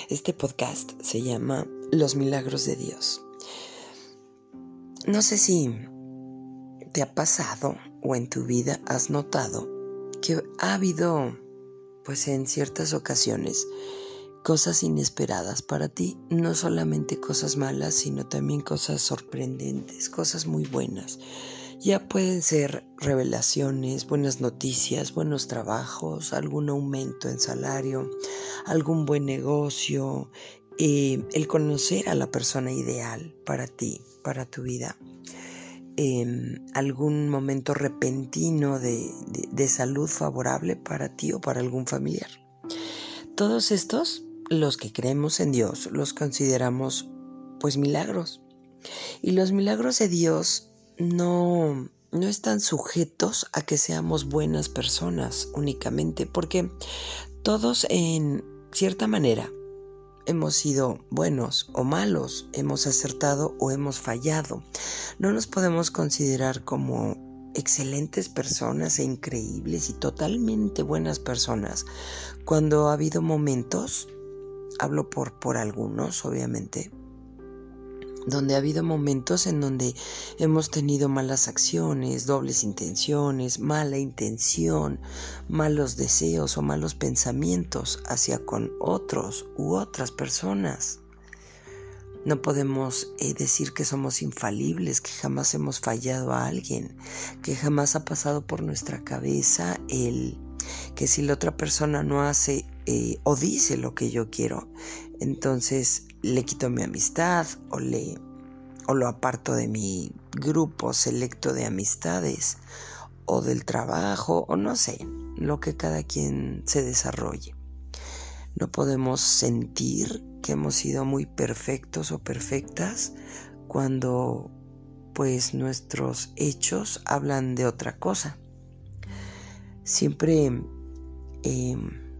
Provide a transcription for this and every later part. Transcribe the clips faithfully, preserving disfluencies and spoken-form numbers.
Este podcast se llama Los Milagros de Dios. No sé si te ha pasado o en tu vida has notado que ha habido, pues en ciertas ocasiones, cosas inesperadas para ti, no solamente cosas malas, sino también cosas sorprendentes, cosas muy buenas. Ya pueden ser revelaciones, buenas noticias, buenos trabajos, algún aumento en salario, algún buen negocio, eh, el conocer a la persona ideal para ti, para tu vida, eh, algún momento repentino de, de, de salud favorable para ti o para algún familiar. Todos estos, los que creemos en Dios, los consideramos pues milagros. Y los milagros de Dios no, no están sujetos a que seamos buenas personas únicamente, porque todos en cierta manera hemos sido buenos o malos, hemos acertado o hemos fallado. No nos podemos considerar como excelentes personas e increíbles y totalmente buenas personas cuando ha habido momentos, hablo por, por algunos obviamente, donde ha habido momentos en donde hemos tenido malas acciones, dobles intenciones, mala intención, malos deseos o malos pensamientos hacia con otros u otras personas. No podemos eh, decir que somos infalibles, que jamás hemos fallado a alguien, que jamás ha pasado por nuestra cabeza el que si la otra persona no hace eh, o dice lo que yo quiero, entonces le quito mi amistad o, le, o lo aparto de mi grupo selecto de amistades o del trabajo o no sé, lo que cada quien se desarrolle. No podemos sentir que hemos sido muy perfectos o perfectas cuando pues nuestros hechos hablan de otra cosa. Siempre eh,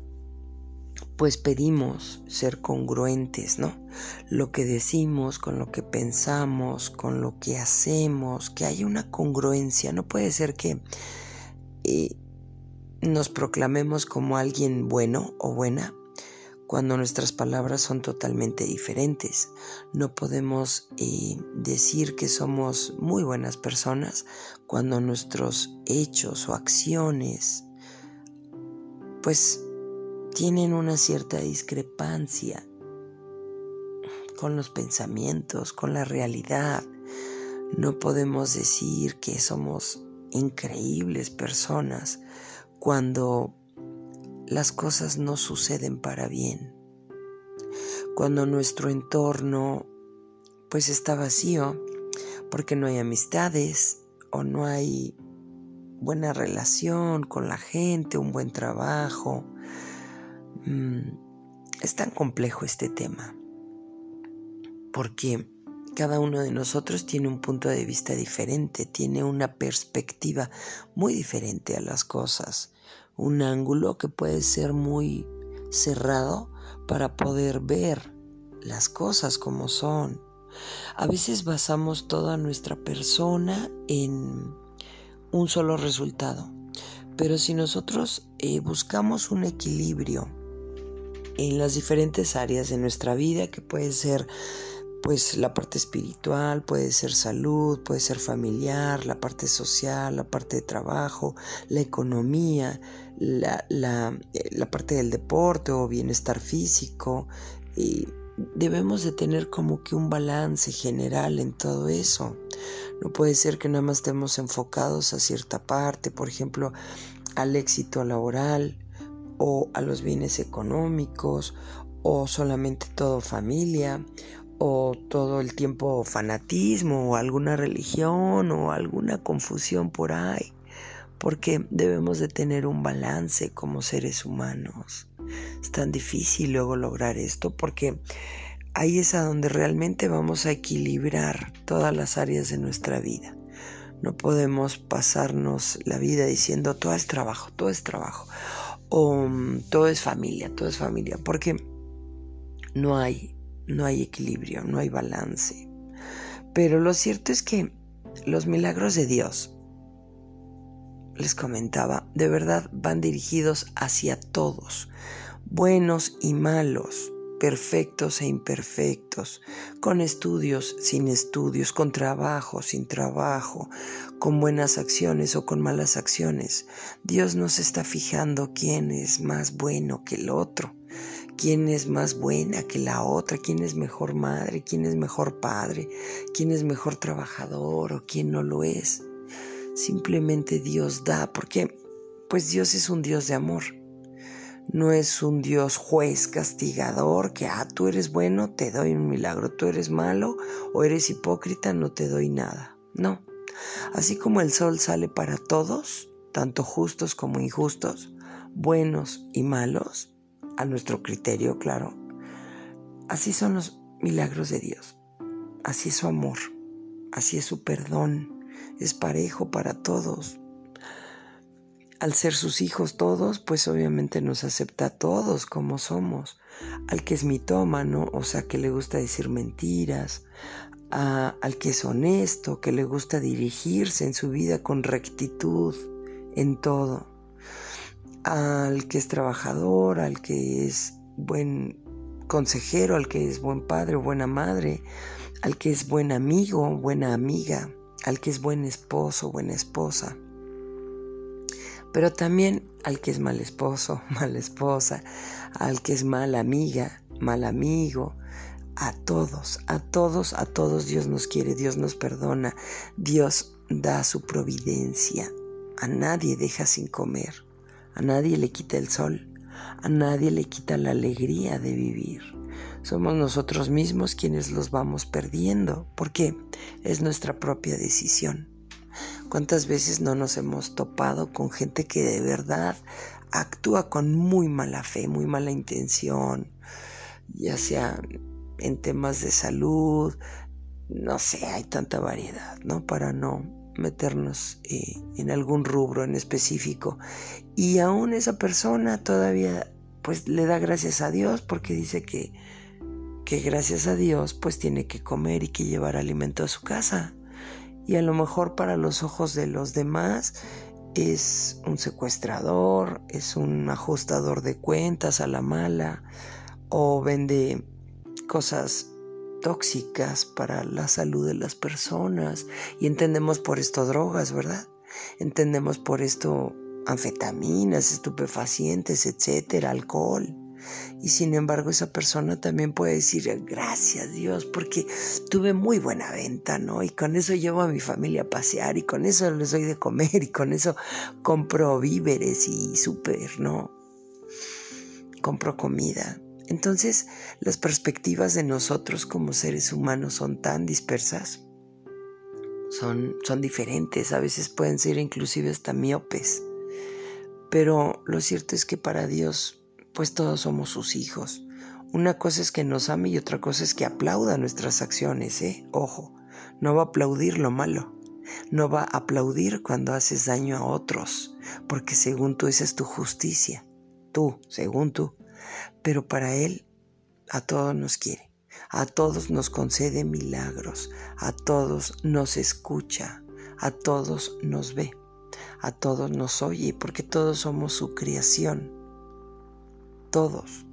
pues pedimos ser congruentes, ¿no? Lo que decimos con lo que pensamos, con lo que hacemos, que haya una congruencia. No puede ser que eh, nos proclamemos como alguien bueno o buena cuando nuestras palabras son totalmente diferentes. No podemos eh, decir que somos muy buenas personas cuando nuestros hechos o acciones pues tienen una cierta discrepancia con los pensamientos, con la realidad. No podemos decir que somos increíbles personas cuando las cosas no suceden para bien, cuando nuestro entorno pues está vacío porque no hay amistades o no hay buena relación con la gente, un buen trabajo. Mm, es tan complejo este tema porque cada uno de nosotros tiene un punto de vista diferente, tiene una perspectiva muy diferente a las cosas, un ángulo que puede ser muy cerrado para poder ver las cosas como son. A veces basamos toda nuestra persona en un solo resultado, pero si nosotros eh, buscamos un equilibrio en las diferentes áreas de nuestra vida, que puede ser pues la parte espiritual, puede ser salud, puede ser familiar, la parte social, la parte de trabajo, la economía, la, la, la parte del deporte o bienestar físico. Y debemos de tener como que un balance general en todo eso. No puede ser que nada más estemos enfocados a cierta parte, por ejemplo, al éxito laboral o a los bienes económicos o solamente todo familia o todo el tiempo fanatismo o alguna religión o alguna confusión por ahí, porque debemos de tener un balance como seres humanos. Es tan difícil luego lograr esto porque ahí es a donde realmente vamos a equilibrar todas las áreas de nuestra vida. No podemos pasarnos la vida diciendo todo es trabajo, todo es trabajo o um, todo es familia, todo es familia, porque no hay No hay equilibrio, no hay balance. Pero lo cierto es que los milagros de Dios, les comentaba, de verdad van dirigidos hacia todos, buenos y malos. perfectos e imperfectos, con estudios, sin estudios, con trabajo, sin trabajo, con buenas acciones o con malas acciones. Dios no se está fijando quién es más bueno que el otro, quién es más buena que la otra, quién es mejor madre, quién es mejor padre, quién es mejor trabajador o quién no lo es. Simplemente Dios da, porque pues Dios es un Dios de amor. No es un Dios juez castigador que, ah, tú eres bueno, te doy un milagro, tú eres malo o eres hipócrita, no te doy nada. No. Así como el sol sale para todos, tanto justos como injustos, buenos y malos, a nuestro criterio, claro, así son los milagros de Dios. Así es su amor, así es su perdón, es parejo para todos. Al ser sus hijos todos, pues obviamente nos acepta a todos como somos. Al que es mitómano, o sea, que le gusta decir mentiras, a, al que es honesto, que le gusta dirigirse en su vida con rectitud en todo, al que es trabajador, al que es buen consejero, al que es buen padre o buena madre, al que es buen amigo, buena amiga, al que es buen esposo, buena esposa. Pero también al que es mal esposo, mala esposa, al que es mala amiga, mal amigo, a todos, a todos, a todos Dios nos quiere, Dios nos perdona, Dios da su providencia, a nadie deja sin comer, a nadie le quita el sol, a nadie le quita la alegría de vivir. Somos nosotros mismos quienes los vamos perdiendo, porque es nuestra propia decisión. ¿Cuántas veces no nos hemos topado con gente que de verdad actúa con muy mala fe, muy mala intención, ya sea en temas de salud? No sé, hay tanta variedad, ¿no? Para no meternos eh, en algún rubro en específico. Y aún esa persona todavía pues le da gracias a Dios porque dice que, que gracias a Dios pues tiene que comer y que llevar alimento a su casa. Y a lo mejor para los ojos de los demás es un secuestrador, es un ajustador de cuentas a la mala, o vende cosas tóxicas para la salud de las personas. Y entendemos por esto drogas, ¿verdad? Entendemos por esto anfetaminas, estupefacientes, etcétera, alcohol. Y sin embargo esa persona también puede decir gracias Dios porque tuve muy buena venta, ¿no? Y con eso llevo a mi familia a pasear y con eso les doy de comer y con eso compro víveres y súper, ¿no? Compro comida. Entonces las perspectivas de nosotros como seres humanos son tan dispersas, son, son diferentes, a veces pueden ser inclusive hasta miopes. Pero lo cierto es que para Dios pues todos somos sus hijos. Una cosa es que nos ame y otra cosa es que aplauda nuestras acciones, ¿eh? Ojo, no va a aplaudir lo malo, no va a aplaudir cuando haces daño a otros, porque según tú esa es tu justicia, tú, según tú. Pero para Él, a todos nos quiere, a todos nos concede milagros, a todos nos escucha, a todos nos ve, a todos nos oye, porque todos somos su creación. Todos.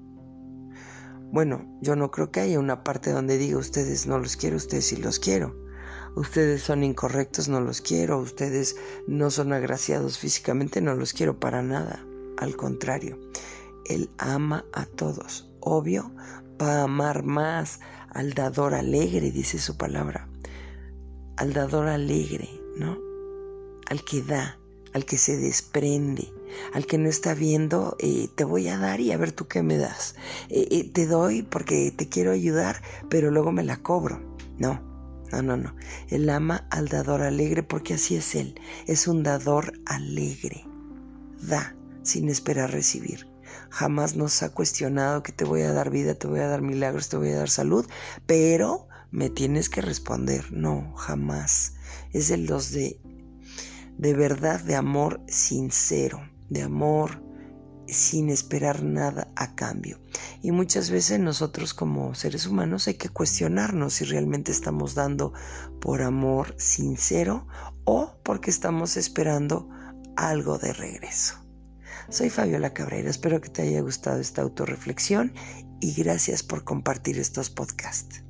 Bueno, yo no creo que haya una parte donde diga ustedes no los quiero, ustedes sí los quiero. Ustedes son incorrectos, no los quiero. Ustedes no son agraciados físicamente, no los quiero para nada. Al contrario, Él ama a todos. Obvio, va a amar más al dador alegre, dice su palabra. Al dador alegre, ¿no? Al que da, al que se desprende, al que no está viendo, eh, te voy a dar y a ver tú qué me das. Eh, eh, te doy porque te quiero ayudar, pero luego me la cobro. No, no, no, no. Él ama al dador alegre porque así es Él. Es un dador alegre. Da sin esperar recibir. Jamás nos ha cuestionado que te voy a dar vida, te voy a dar milagros, te voy a dar salud, pero me tienes que responder. No, jamás. Es de los de, de verdad, de amor sincero, de amor sin esperar nada a cambio. Y muchas veces nosotros como seres humanos hay que cuestionarnos si realmente estamos dando por amor sincero o porque estamos esperando algo de regreso. Soy Fabiola Cabrera, espero que te haya gustado esta autorreflexión y gracias por compartir estos podcasts.